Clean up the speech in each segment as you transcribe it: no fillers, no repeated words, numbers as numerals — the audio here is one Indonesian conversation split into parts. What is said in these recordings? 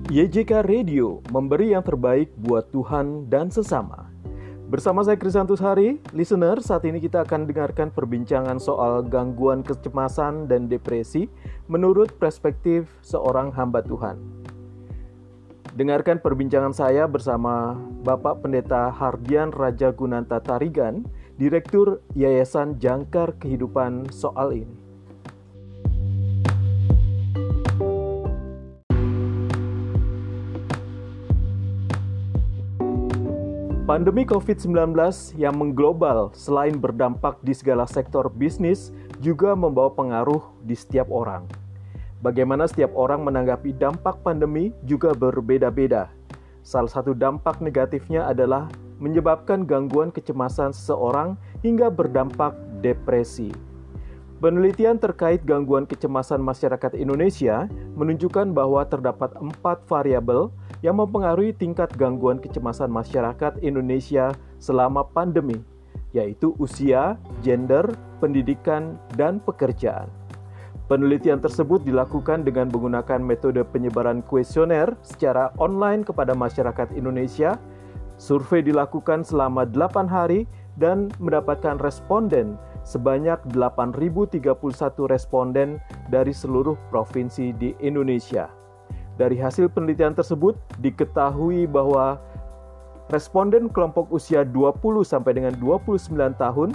YJK Radio, memberi yang terbaik buat Tuhan dan sesama. Bersama saya Krisantus Hari, listener, saat ini kita akan dengarkan perbincangan soal gangguan kecemasan dan depresi menurut perspektif seorang hamba Tuhan. Dengarkan perbincangan saya bersama Bapak Pendeta Hardian Raja Gunanta Tarigan, Direktur Yayasan Jangkar Kehidupan soal ini. Pandemi COVID-19 yang mengglobal selain berdampak di segala sektor bisnis juga membawa pengaruh di setiap orang. Bagaimana setiap orang menanggapi dampak pandemi juga berbeda-beda. Salah satu dampak negatifnya adalah menyebabkan gangguan kecemasan seseorang hingga berdampak depresi. Penelitian terkait gangguan kecemasan masyarakat Indonesia menunjukkan bahwa terdapat 4 variabel yang mempengaruhi tingkat gangguan kecemasan masyarakat Indonesia selama pandemi, yaitu usia, gender, pendidikan, dan pekerjaan. Penelitian tersebut dilakukan dengan menggunakan metode penyebaran kuesioner secara online kepada masyarakat Indonesia. Survei dilakukan selama 8 hari dan mendapatkan responden sebanyak 8.031 responden dari seluruh provinsi di Indonesia. Dari hasil penelitian tersebut, diketahui bahwa responden kelompok usia 20 sampai dengan 29 tahun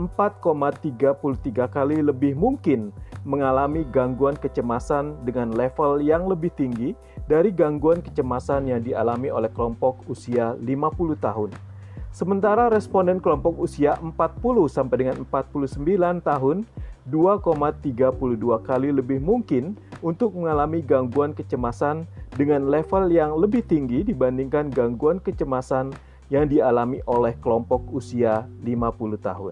4,33 kali lebih mungkin mengalami gangguan kecemasan dengan level yang lebih tinggi dari gangguan kecemasan yang dialami oleh kelompok usia 50 tahun. Sementara responden kelompok usia 40 sampai dengan 49 tahun 2,32 kali lebih mungkin untuk mengalami gangguan kecemasan dengan level yang lebih tinggi dibandingkan gangguan kecemasan yang dialami oleh kelompok usia 50 tahun.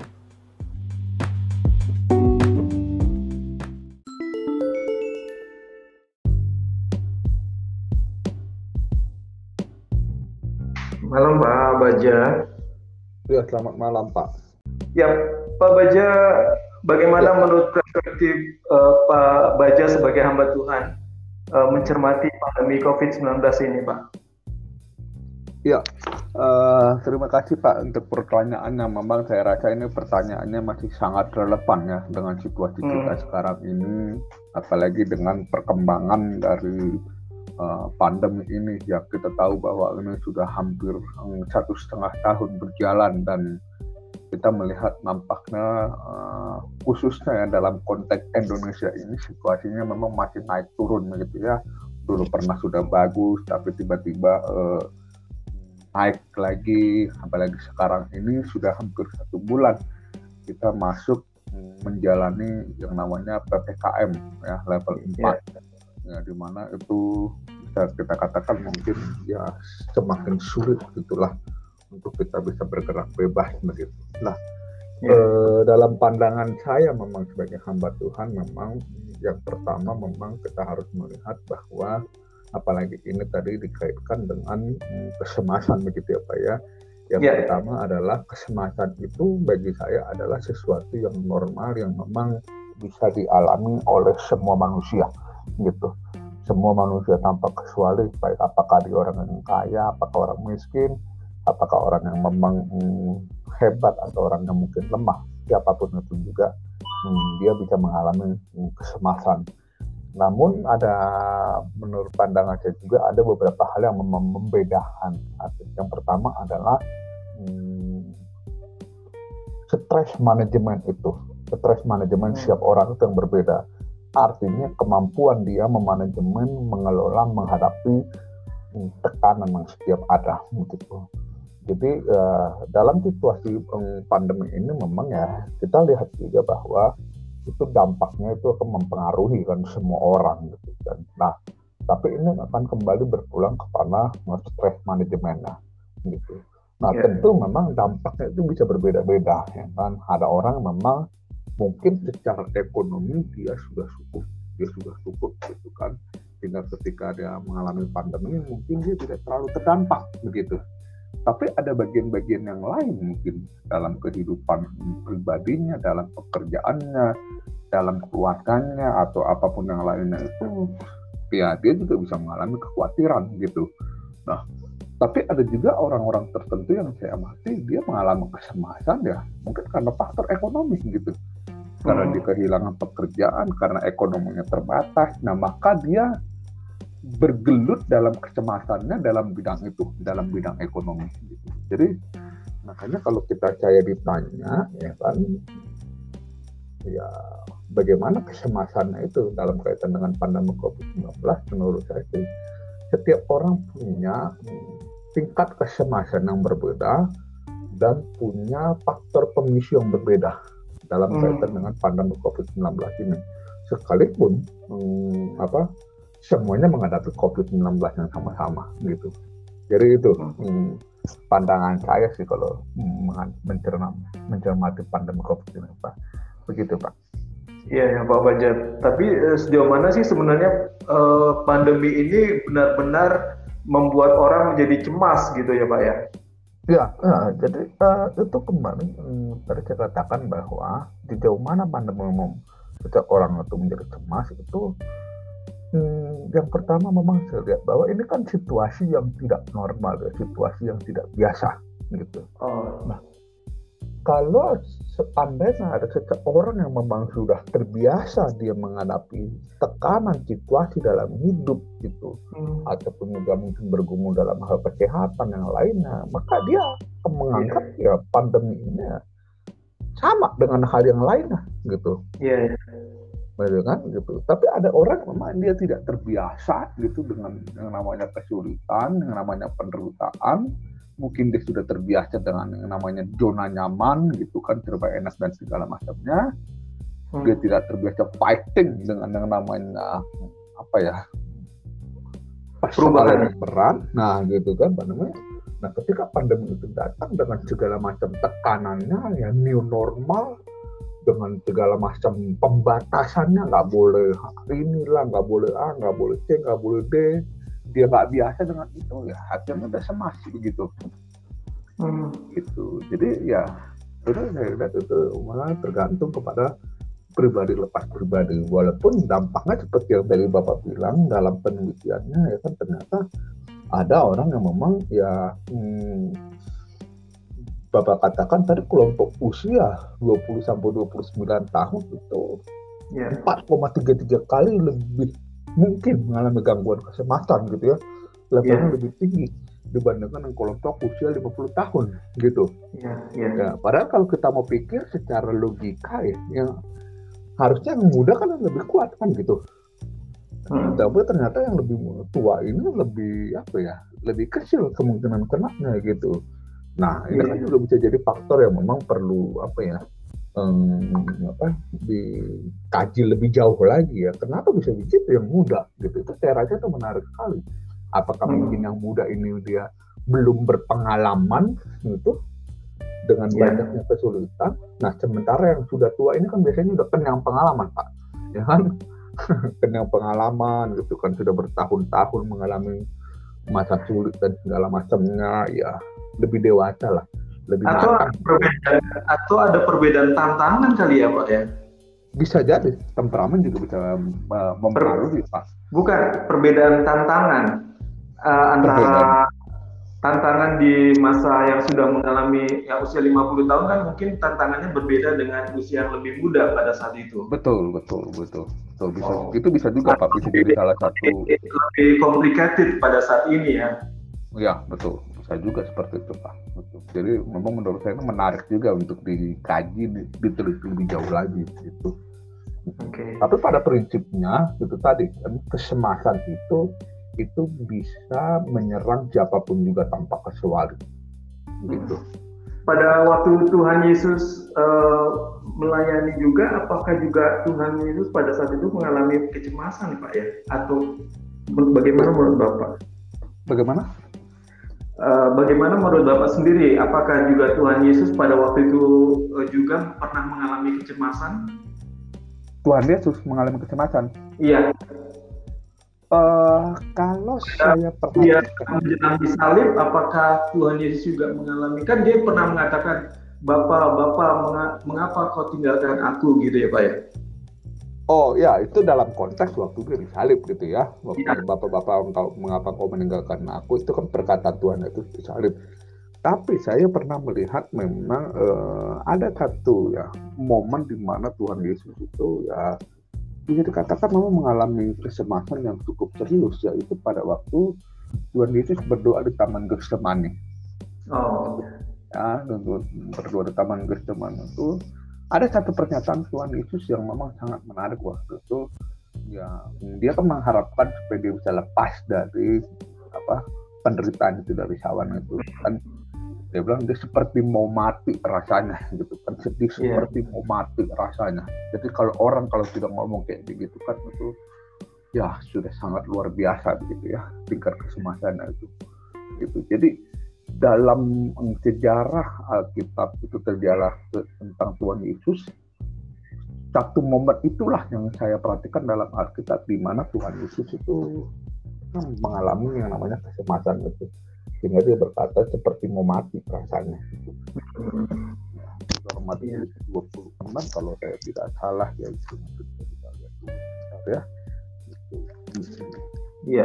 Malam Pak Baja. Ya, selamat malam Pak. Ya, Pak Baja, bagaimana menurut perspektif Pak Baja sebagai hamba Tuhan mencermati pandemi COVID-19 ini, Pak? Ya, terima kasih Pak untuk pertanyaannya. Memang saya rasa ini pertanyaannya masih sangat relevan ya dengan situasi kita sekarang ini, apalagi dengan perkembangan dari pandemi ini. Ya, kita tahu bahwa ini sudah hampir 1,5 tahun berjalan dan kita melihat nampaknya khususnya ya dalam konteks Indonesia ini situasinya memang masih naik turun gitu ya. Dulu pernah sudah bagus tapi tiba-tiba naik lagi, apalagi sekarang ini sudah hampir 1 bulan kita masuk menjalani yang namanya PPKM ya level 4. Ya, di mana itu bisa kita katakan mungkin ya semakin sulit gitulah untuk kita bisa bergerak bebas begitu. Nah, dalam pandangan saya memang sebagai hamba Tuhan memang yang pertama memang kita harus melihat bahwa apalagi ini tadi dikaitkan dengan kecemasan begitu ya Pak ya. Yang pertama adalah kecemasan itu bagi saya adalah sesuatu yang normal yang memang bisa dialami oleh semua manusia gitu. Semua manusia tanpa kecuali, baik apakah dia orang yang kaya, apakah orang miskin, apakah orang yang memang hebat atau orang yang mungkin lemah, siapapun itu juga dia bisa mengalami kecemasan. Namun ada menurut pandangan saya juga ada beberapa hal yang membedakan. Yang pertama adalah stres manajemen itu. Stres manajemen setiap orang itu yang berbeda. Artinya kemampuan dia memanajemen, mengelola, menghadapi tekanan yang setiap ada gitu. Jadi dalam situasi pandemi ini memang ya kita lihat juga bahwa itu dampaknya itu akan mempengaruhi kan semua orang gitu kan. Nah, tapi ini akan kembali berpulang kepada stress manajemennya gitu. Nah, tentu memang dampaknya itu bisa berbeda-beda ya kan. Ada orang memang mungkin secara ekonomi dia sudah cukup gitu kan. Sehingga ketika dia mengalami pandemi mungkin dia tidak terlalu terdampak begitu. Tapi ada bagian-bagian yang lain mungkin dalam kehidupan pribadinya, dalam pekerjaannya, dalam keluarganya atau apapun yang lainnya itu ya dia juga bisa mengalami kekhawatiran gitu. Nah, tapi ada juga orang-orang tertentu yang saya amati dia mengalami kecemasan ya mungkin karena faktor ekonomi gitu. Karena dia kehilangan pekerjaan, karena ekonominya terbatas. Nah, maka dia bergelut dalam kecemasannya dalam bidang itu, dalam bidang ekonomi gitu. Jadi makanya kalau saya ditanya ya kan, ya bagaimana kecemasannya itu dalam kaitan dengan pandemi COVID-19, menurut saya sih setiap orang punya tingkat kecemasan yang berbeda dan punya faktor pemicu yang berbeda dalam kaitan dengan pandemi COVID-19 ini. Sekalipun semuanya menghadapi COVID-19 yang sama-sama gitu. Jadi itu pandangan saya sih kalau mencermati pandemi COVID-19. Begitu Pak. Iya ya Pak Baja. Tapi sejauh mana sih sebenarnya pandemi ini benar-benar membuat orang menjadi cemas gitu ya Pak ya? Ya, jadi itu kembali tadi saya katakan bahwa sejauh mana pandemi membuat orang itu menjadi cemas itu yang pertama memang saya lihat bahwa ini kan situasi yang tidak normal ya, situasi yang tidak biasa gitu. Nah, kalau seandainya ada seseorang yang memang sudah terbiasa dia menghadapi tekanan situasi dalam hidup gitu, ataupun juga mungkin bergumul dalam hal kesehatan yang lainnya, maka dia menganggap ya pandemi ini sama dengan hal yang lainnya gitu. Iya. Betul kan gitu. Tapi ada orang memang dia tidak terbiasa gitu dengan yang namanya kesulitan, yang namanya penderitaan. Mungkin dia sudah terbiasa dengan yang namanya zona nyaman gitu kan, serba enak dan segala macamnya. Dia tidak terbiasa fighting dengan yang namanya perubahan. Nah gitu kan namanya. Nah ketika pandemi itu datang dengan segala macam tekanannya, ya new normal, dengan segala macam pembatasannya, nggak boleh inilah, nggak boleh A, nggak boleh C, nggak boleh D, dia nggak biasa dengan itu, ya akhirnya udah cemas begitu. Gitu. Jadi ya udah saya lihat itu malah tergantung kepada pribadi lepas pribadi. Walaupun dampaknya seperti yang tadi Bapak bilang dalam penelitiannya ya kan, ternyata ada orang yang memang ya Bapak katakan tadi kelompok usia 20-29 tahun itu 4,33 kali lebih mungkin mengalami gangguan kecemasan gitu ya. Levelnya lebih tinggi dibandingkan dengan kelompok usia 50 tahun gitu. Ya, padahal kalau kita mau pikir secara logika ya harusnya yang muda kan yang lebih kuat kan gitu. Tapi ternyata yang lebih tua ini lebih kecil kemungkinan kenanya gitu. Nah, ini kan juga bisa jadi faktor yang memang perlu dikaji lebih jauh lagi ya. Kenapa bisa begitu yang muda gitu? Itu saya rasa itu menarik sekali. Apakah mungkin yang muda ini dia belum berpengalaman gitu dengan banyaknya kesulitan. Nah, sementara yang sudah tua ini kan biasanya udah kenyang pengalaman, Pak. Ya kan? Kenyang pengalaman gitu kan, sudah bertahun-tahun mengalami masa sulit dan segala macamnya, ya lebih dewasa lah, lebih atau ada perbedaan tantangan kali ya Pak ya? Bisa jadi temperamen juga bisa mempengaruhi Pak. Bukan perbedaan tantangan antara tantangan di masa yang sudah mengalami usia 50 tahun kan mungkin tantangannya berbeda dengan usia yang lebih muda pada saat itu. Betul. Bisa, itu bisa juga Pak, bisa jadi salah satu lebih complicated pada saat ini ya. Ya betul. Saya juga seperti itu Pak. Betul. Jadi memang menurut saya menarik juga untuk dikaji, diteliti lebih jauh lagi gitu. Tapi pada prinsipnya itu tadi kecemasan itu bisa menyerang siapapun juga tanpa kecuali. Gitu. Pada waktu Tuhan Yesus melayani juga, apakah juga Tuhan Yesus pada saat itu mengalami kecemasan Pak ya? Atau bagaimana menurut Bapak? Bagaimana menurut Bapak sendiri? Apakah juga Tuhan Yesus pada waktu itu juga pernah mengalami kecemasan? Tuhan Yesus mengalami kecemasan? Iya. Kalau saya perhatikan menjelang disalib, apakah Tuhan Yesus juga mengalami? Kan dia pernah mengatakan, Bapak, mengapa kau tinggalkan aku gitu ya Pak ya? Oh ya, itu dalam konteks waktu dia disalib gitu ya. Ya. Waktu Bapak mengapa kau meninggalkan aku, itu kan perkataan Tuhan itu disalib. Tapi saya pernah melihat memang ada satu ya momen di mana Tuhan Yesus itu ya bisa dikatakan memang mengalami kesemasan yang cukup serius, yaitu pada waktu Tuhan Yesus berdoa di Taman Getsemani. Oh. Ya, berdoa di Taman Getsemani itu ada satu pernyataan Tuhan Yesus yang memang sangat menarik waktu itu. Ya, dia kan mengharapkan supaya dia bisa lepas dari penderitaan itu, dari sawan itu kan. Dia bilang dia seperti mau mati rasanya gitu kan, sedih seperti mau mati rasanya. Jadi kalau tidak ngomong kayak begitu kan, itu ya sudah sangat luar biasa begitu ya tingkat kesemasannya itu gitu. Jadi dalam sejarah Alkitab itu terjadi tentang Tuhan Yesus, satu momen itulah yang saya perhatikan dalam Alkitab di mana Tuhan Yesus itu mengalami yang namanya kesemasan itu, sehingga dia berkata seperti mau mati rasanya. Hormat 26 kalau saya tidak salah ya, itu mungkin kita lihat dulu ya. Iya.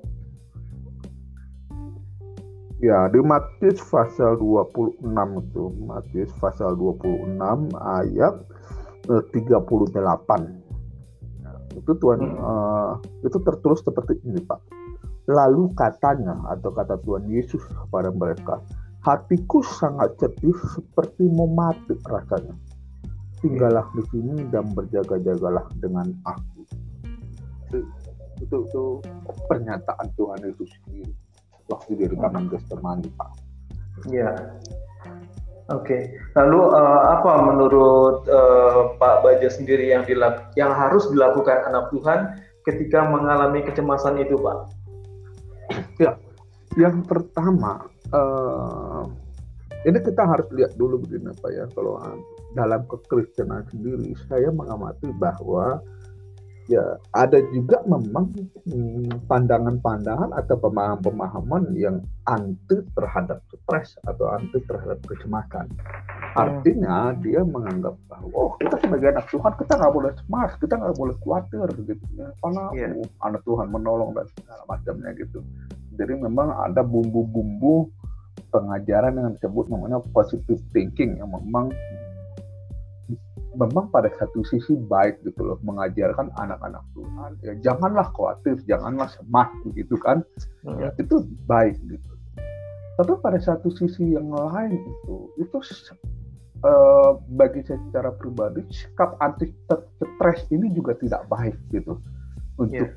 Ya, di Matius pasal 26 itu, Matius pasal 26 ayat 38. Nah, itu Tuhan itu tertulis seperti ini, Pak. Lalu katanya atau kata Tuhan Yesus kepada mereka, hatiku sangat sedih seperti mau mati rasanya. Tinggallah di sini dan berjaga-jagalah dengan aku. Itu pernyataan Tuhan Yesus sendiri waktu di Taman Getsemani, Pak. Iya. Oke. Lalu apa menurut Pak Baja sendiri yang harus dilakukan anak Tuhan ketika mengalami kecemasan itu, Pak? Ya, yang pertama ini kita harus lihat dulu begini, Pak ya. Kalau dalam kekristenan sendiri, saya mengamati bahwa ya ada juga memang pandangan-pandangan atau pemahaman-pemahaman yang anti terhadap stres atau anti terhadap kecemasan. Artinya dia menganggap bahwa kita sebagai anak Tuhan kita nggak boleh cemas, kita nggak boleh khawatir gitu ya, karena anak Tuhan menolong dan segala macamnya gitu. Jadi memang ada bumbu-bumbu pengajaran yang disebut namanya positive thinking yang memang pada satu sisi baik gitu loh, mengajarkan anak-anak Tuhan ya janganlah khawatir, janganlah cemas begitu kan, ya, itu baik gitu. Tapi pada satu sisi yang lain itu bagi saya secara pribadi sikap anti stres ini juga tidak baik gitu untuk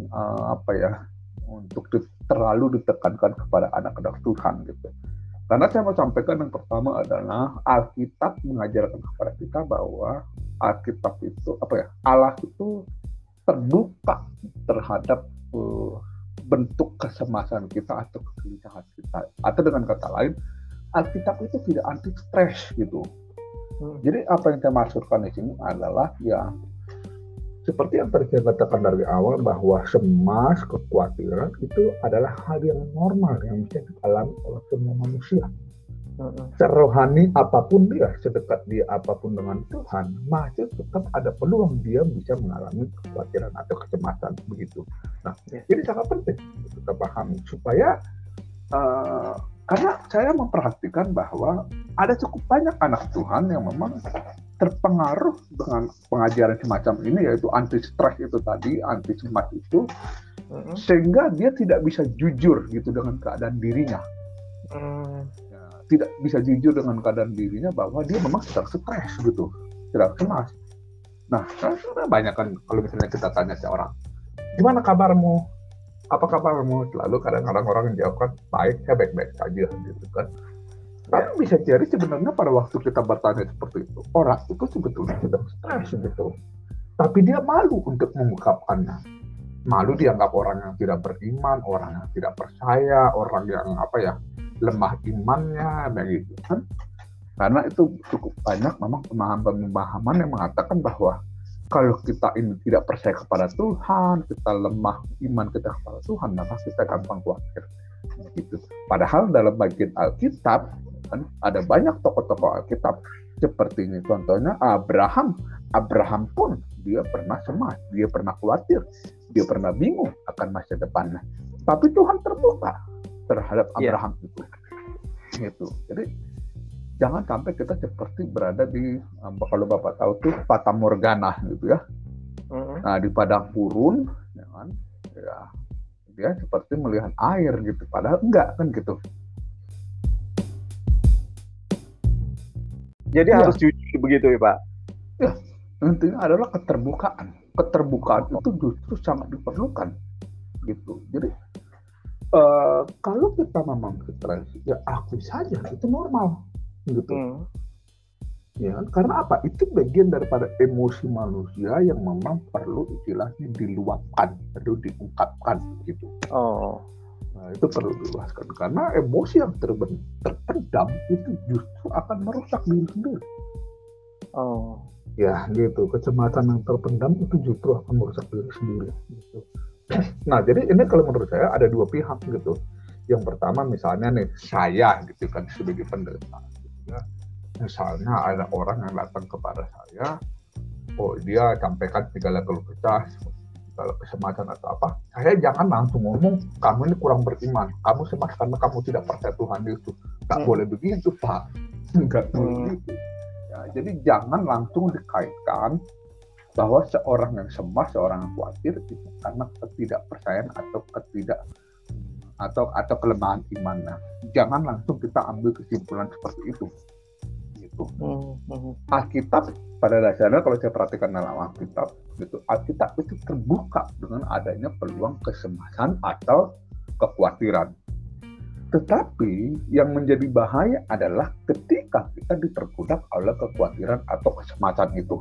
untuk terlalu ditekankan kepada anak-anak Tuhan gitu. Karena saya mau sampaikan yang pertama adalah Alkitab mengajarkan kepada kita bahwa Alkitab itu Allah itu terbuka terhadap bentuk kesemasan kita atau kegelisahan kita. Atau dengan kata lain, Alkitab itu tidak anti stres gitu. Jadi apa yang saya maksudkan di sini adalah ya seperti yang tadi saya katakan dari awal bahwa cemas, kekhawatiran itu adalah hal yang normal yang bisa dialami oleh semua manusia. Serohani apapun dia, sedekat dia apapun dengan Tuhan, masih tetap ada peluang dia bisa mengalami kekhawatiran atau kecemasan begitu. Nah, ini sangat penting kita pahami supaya karena saya memperhatikan bahwa ada cukup banyak anak Tuhan yang memang terpengaruh dengan pengajaran semacam ini, yaitu anti stres itu tadi, anti cemas itu, sehingga dia tidak bisa jujur gitu dengan keadaan dirinya. Ya, tidak bisa jujur dengan keadaan dirinya bahwa dia memang sedang stres gitu, sedang cemas. Nah, karena banyak kan kalau misalnya kita tanya si orang, gimana kabarmu? Apa kabarmu? Lalu kadang-kadang orang jawab kan, baik, saya baik-baik saja gitu kan. Tapi bisa jadi sebenarnya pada waktu kita bertanya seperti itu, orang itu sebetulnya sedang stres gitu. Tapi dia malu untuk mengungkapkannya. Malu dianggap orang yang tidak beriman, orang yang tidak percaya, orang yang lemah imannya, begitu kan. Karena itu cukup banyak memang pemahaman yang mengatakan bahwa kalau kita ini tidak percaya kepada Tuhan, kita lemah iman kita kepada Tuhan, maka kita gampang khawatir. Gitu. Padahal dalam bagian Alkitab kan ada banyak tokoh-tokoh Alkitab seperti ini. Contohnya Abraham pun dia pernah cemas, dia pernah khawatir, dia pernah bingung akan masa depannya. Tapi Tuhan terbuka terhadap Abraham itu. Gitu. Jadi jangan sampai kita seperti berada di, kalau Bapak tahu tuh fata morgana gitu ya. Nah, di padang gurun, ya kan? Ya, dia seperti melihat air gitu, padahal enggak kan gitu. Jadi harus jujur begitu ya Pak? Ya, intinya adalah keterbukaan. Keterbukaan itu justru sangat diperlukan gitu. Jadi kalau kita memang stres, ya akui saja, itu normal gitu. Ya, karena apa? Itu bagian daripada emosi manusia yang memang perlu istilahnya diluapkan, perlu diungkapkan gitu. Nah, itu perlu diluaskan karena emosi yang terpendam itu justru akan merusak diri sendiri. Ya, gitu. Kecemasan yang terpendam itu justru akan merusak diri sendiri. Gitu. Nah, jadi ini kalau menurut saya ada dua pihak gitu. Yang pertama misalnya nih saya gitu kan sebagai pendeta. Gitu ya. Misalnya ada orang yang datang kepada saya, dia sampaikan segala keluh kesah, segala kecemasan atau apa, saya jangan langsung ngomong kamu ini kurang beriman, kamu cemas karena kamu tidak percaya Tuhan itu. Nggak boleh begitu Pak, nggak boleh begitu. Ya, jadi jangan langsung dikaitkan bahwa seorang yang cemas, seorang yang khawatir itu karena ketidakpercayaan atau kelemahan imannya. Jangan langsung kita ambil kesimpulan seperti itu. Alkitab pada dasarnya kalau saya perhatikan dalam Alkitab gitu, Alkitab itu terbuka dengan adanya peluang kecemasan atau kekhawatiran. Tetapi yang menjadi bahaya adalah ketika kita diperbudak oleh kekhawatiran atau kecemasan itu.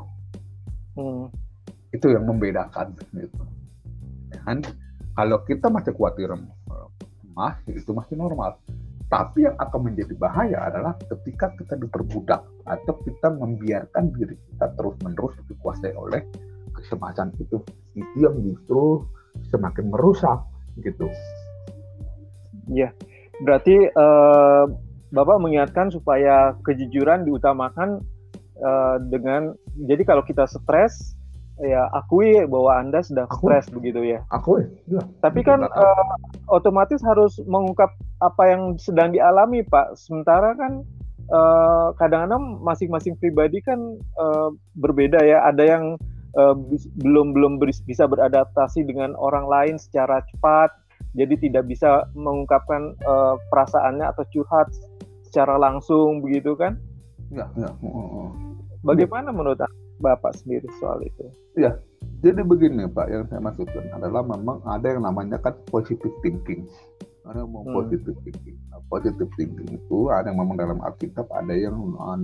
Itu yang membedakan gitu. Dan kalau kita masih khawatir cemas, itu masih normal. Tapi yang akan menjadi bahaya adalah ketika kita diperbudak atau kita membiarkan diri kita terus-menerus dikuasai oleh kecemasan itu. Itu yang justru semakin merusak gitu. Iya, berarti Bapak mengingatkan supaya kejujuran diutamakan dengan, jadi kalau kita stres, ya akui bahwa Anda sedang stres begitu ya. Akui, ya. Tapi kan otomatis harus mengungkap apa yang sedang dialami Pak. Sementara kan kadang-kadang masing-masing pribadi kan berbeda ya. Ada yang belum bisa beradaptasi dengan orang lain secara cepat, jadi tidak bisa mengungkapkan perasaannya atau curhat secara langsung begitu kan? Ya. Bagaimana menurut Bapak sendiri soal itu? Ya, jadi begini Pak, yang saya maksudkan adalah memang ada yang namanya kan positive thinking. Ada yang positive thinking. Nah, positive thinking itu ada yang memang dalam Alkitab, ada yang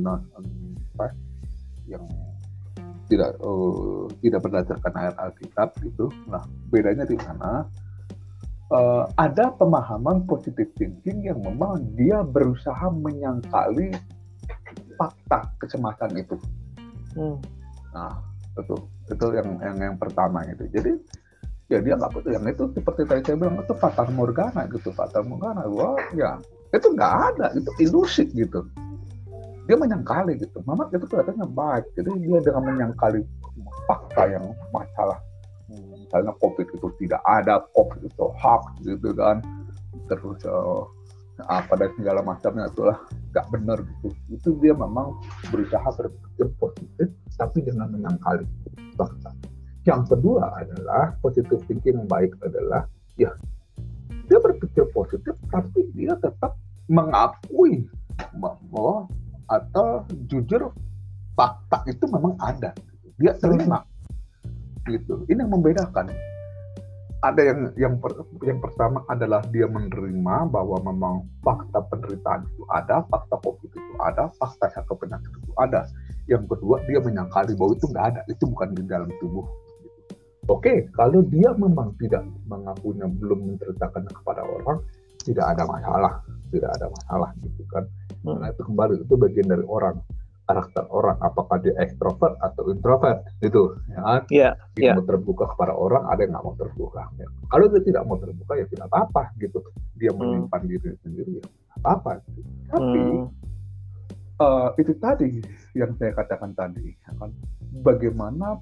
yang tidak berdasarkan ayat Alkitab gitu. Nah, bedanya di mana? Ada pemahaman positive thinking yang memang dia berusaha menyangkali fakta kecemasan itu. Nah, itu yang pertama gitu. Jadi ya dia nggak betul, yang itu seperti tadi saya bilang itu fata morgana gitu, fata morgana. Wah ya itu nggak ada, itu ilusi gitu. Dia menyangkali gitu. Mama itu kelihatannya baik, jadi dia dengan menyangkali fakta yang masalah. Misalnya COVID itu tidak ada, COVID itu hoax gitu kan, terus apa dan segala macamnya itulah nggak benar gitu. Itu dia memang berusaha berpikir positif tapi dengan menyangkali fakta. Yang kedua adalah positive thinking yang baik adalah ya dia berpikir positif tapi dia tetap mengakui bahwa atau jujur fakta itu memang ada. Dia terima gitu. Ini yang membedakan. Ada yang pertama adalah dia menerima bahwa memang fakta penderitaan itu ada, fakta COVID itu ada, fakta sakit penyakit itu ada. Yang kedua dia menyangkali bahwa itu nggak ada, itu bukan di dalam tubuh. Oke, kalau dia memang tidak mengakuinya, belum menceritakan kepada orang, tidak ada masalah gitu kan. Nah itu kembali, itu bagian dari orang, karakter orang, apakah dia ekstrovert atau introvert itu ya. Dia mau terbuka kepada orang, ada yang nggak mau terbuka ya. Kalau dia tidak mau terbuka ya tidak apa-apa gitu, dia menyimpan diri sendiri ya apa-apa gitu. Tapi Itu tadi yang saya katakan tadi, kan bagaimana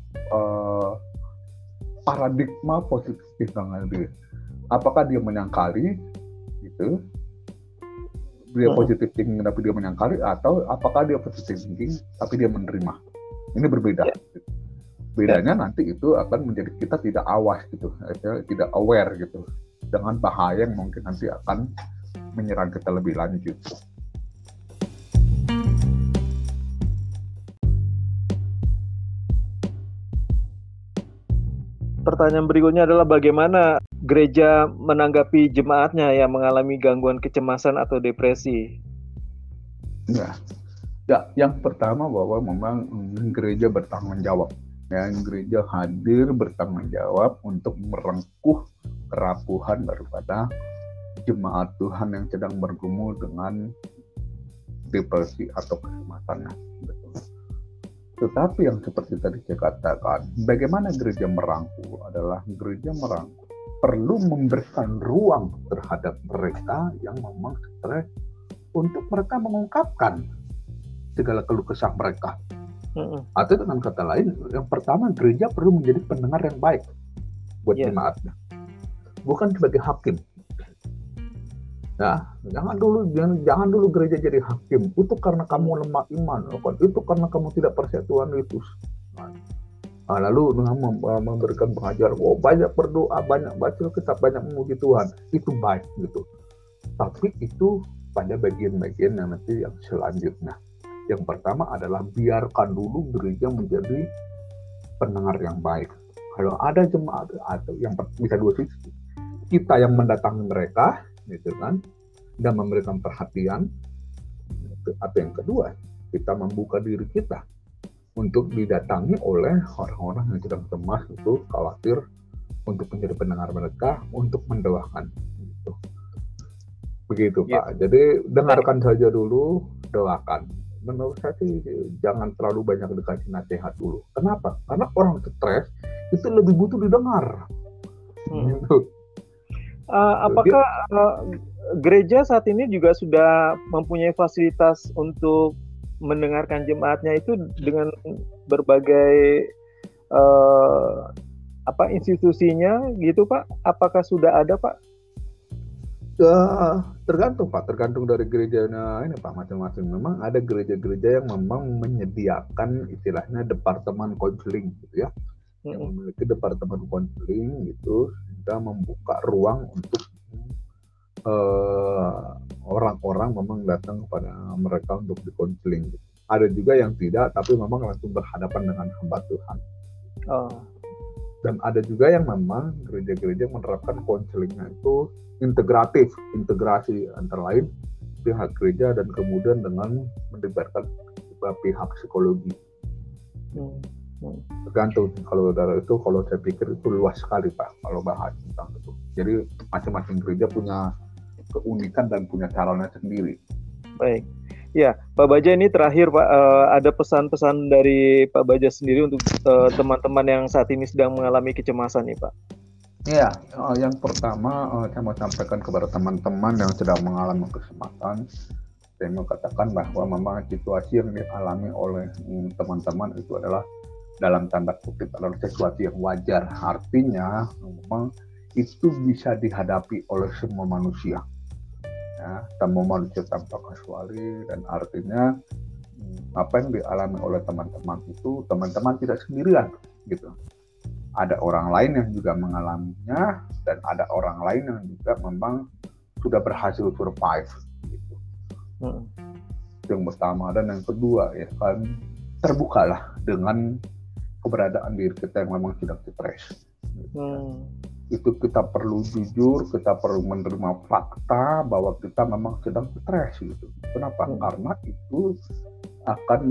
paradigma positif thinking. Apakah dia menyangkali, gitu, dia positif thinking tapi dia menyangkali, atau apakah dia positif thinking tapi dia menerima? Ini berbeda. Bedanya nanti itu akan menjadi kita tidak awas gitu, tidak aware gitu dengan bahaya yang mungkin nanti akan menyerang kita lebih lanjut. Pertanyaan berikutnya adalah bagaimana gereja menanggapi jemaatnya yang mengalami gangguan kecemasan atau depresi? Ya, yang pertama bahwa memang gereja bertanggung jawab. Ya, gereja hadir bertanggung jawab untuk merengkuh kerapuhan daripada jemaat Tuhan yang sedang bergumul dengan depresi atau kecemasan. Tetapi yang seperti tadi saya katakan, bagaimana gereja merangkul adalah gereja merangkul perlu memberikan ruang terhadap mereka yang memang stres untuk mereka mengungkapkan segala keluh kesah mereka. Atau dengan kata lain, yang pertama gereja perlu menjadi pendengar yang baik buat jemaatnya, bukan sebagai hakim. Nah, jangan dulu gereja jadi hakim. Itu karena kamu lemah iman, itu karena kamu tidak percaya Tuhan Yesus. Lalu memberikan pengajaran, banyak berdoa, banyak baca kitab, banyak memuji Tuhan. Itu baik gitu. Tapi itu pada bagian-bagian yang nanti yang selanjutnya. Yang pertama adalah biarkan dulu gereja menjadi pendengar yang baik. Kalau ada jemaat atau yang bisa dua sisi, kita yang mendatangi mereka, gitu kan, dan memberikan perhatian. Atau yang kedua, kita membuka diri kita untuk didatangi oleh orang-orang yang sedang cemas, itu khawatir, untuk menjadi pendengar mereka, untuk mendoakan. Gitu. Begitu Pak. Jadi dengarkan saja dulu, doakan. Menurut saya sih jangan terlalu banyak dikasih nasihat dulu. Kenapa? Karena orang stres itu lebih butuh didengar. Gitu. Apakah gereja saat ini juga sudah mempunyai fasilitas untuk mendengarkan jemaatnya itu dengan berbagai institusinya gitu Pak? Apakah sudah ada Pak? Tergantung Pak, tergantung dari gerejanya ini Pak, masing-masing. Memang ada gereja-gereja yang memang menyediakan istilahnya departemen konseling gitu ya, yang memiliki departemen konseling gitu, sehingga membuka ruang untuk orang-orang memang datang kepada mereka untuk dikonseling. Ada juga yang tidak, tapi memang langsung berhadapan dengan hamba Tuhan. Dan ada juga yang memang gereja-gereja menerapkan konselingnya itu integrasi antara lain pihak gereja dan kemudian dengan melibatkan pihak psikologi. Tergantung. Kalau dari itu, kalau saya pikir itu luas sekali Pak kalau bahas tentang itu. Jadi masing-masing gereja punya keunikan dan punya caranya sendiri. Baik. Ya, Pak Baja, ini terakhir Pak, ada pesan-pesan dari Pak Baja sendiri untuk teman-teman yang saat ini sedang mengalami kecemasan nih Pak. Ya, yang pertama saya mau sampaikan kepada teman-teman yang sedang mengalami kecemasan. Saya mau katakan bahwa memang situasi yang dialami oleh teman-teman itu adalah dalam tanda kutip adalah sesuatu yang wajar. Artinya memang itu bisa dihadapi oleh semua manusia. Ya, semua manusia tanpa kecuali, dan artinya apa yang dialami oleh teman-teman itu teman-teman tidak sendirian gitu. Ada orang lain yang juga mengalaminya, dan ada orang lain yang juga memang sudah berhasil survive gitu. Yang pertama, dan yang kedua ya kan, terbukalah dengan keberadaan diri kita yang memang sedang stres. Itu kita perlu jujur, kita perlu menerima fakta bahwa kita memang sedang stres gitu. Kenapa? Karena itu akan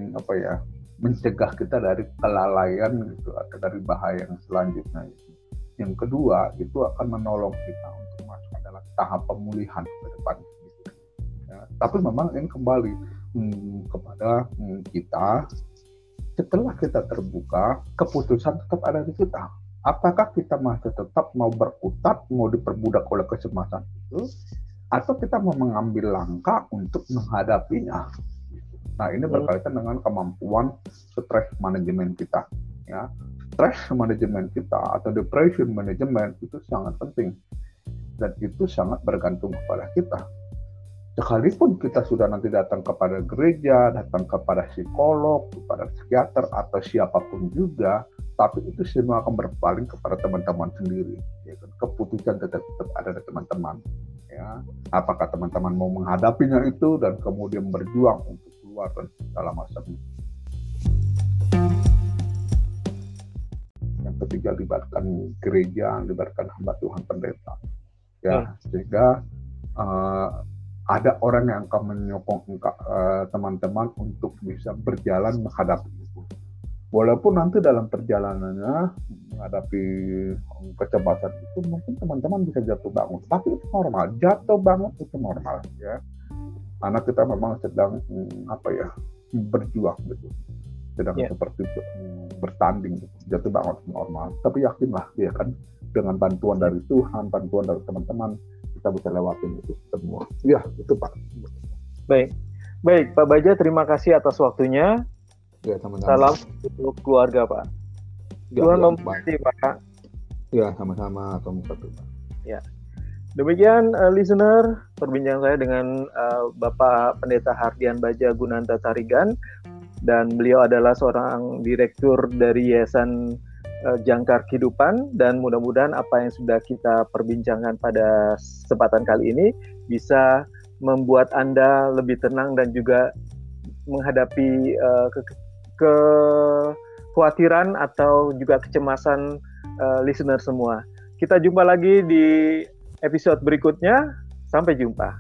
mencegah kita dari kelalaian gitu, atau dari bahaya yang selanjutnya. Yang kedua, itu akan menolong kita untuk masuk dalam tahap pemulihan ke depan gitu. Ya, tapi memang ini kembali kepada kita. Setelah kita terbuka, keputusan tetap ada di kita. Apakah kita masih tetap mau berkutat, mau diperbudak oleh kecemasan itu, atau kita mau mengambil langkah untuk menghadapinya? Gitu. Nah, ini berkaitan dengan kemampuan stress manajemen kita. Ya, stress manajemen kita atau depression management itu sangat penting dan itu sangat bergantung kepada kita. Sekalipun kita sudah nanti datang kepada gereja, datang kepada psikolog, kepada psikiater atau siapapun juga, tapi itu semua akan berpaling kepada teman-teman sendiri. Ya, keputusan tetap ada di teman-teman. Ya, apakah teman-teman mau menghadapinya itu dan kemudian berjuang untuk keluar dan segala macamnya. Yang ketiga, libatkan gereja, libatkan hamba Tuhan pendeta. Ya, sehingga ada orang yang akan menyokong teman-teman untuk bisa berjalan menghadapi itu. Walaupun nanti dalam perjalanannya menghadapi kecemasan itu mungkin teman-teman bisa jatuh bangun, tapi itu normal. Jatuh bangun itu normal, ya. Karena kita memang sedang berjuang gitu, sedang seperti bertanding gitu. Jatuh bangun itu normal. Tapi yakinlah ya kan, dengan bantuan dari Tuhan, bantuan dari teman-teman, kita bisa lewatin itu semua. Ya, itu Pak. Baik Pak Baja, terima kasih atas waktunya. Ya, sama-sama. Salam untuk keluarga Pak. Ya, Tuhan memberkati Pak. Ya, sama-sama. Ya. Demikian listener, perbincangan saya dengan Bapak Pendeta Hardian Baja Gunanta Tarigan, dan beliau adalah seorang direktur dari Yayasan Jangkar Kehidupan, dan mudah-mudahan apa yang sudah kita perbincangkan pada kesempatan kali ini bisa membuat Anda lebih tenang dan juga menghadapi kekhawatiran atau juga kecemasan listener semua. Kita jumpa lagi di episode berikutnya. Sampai jumpa.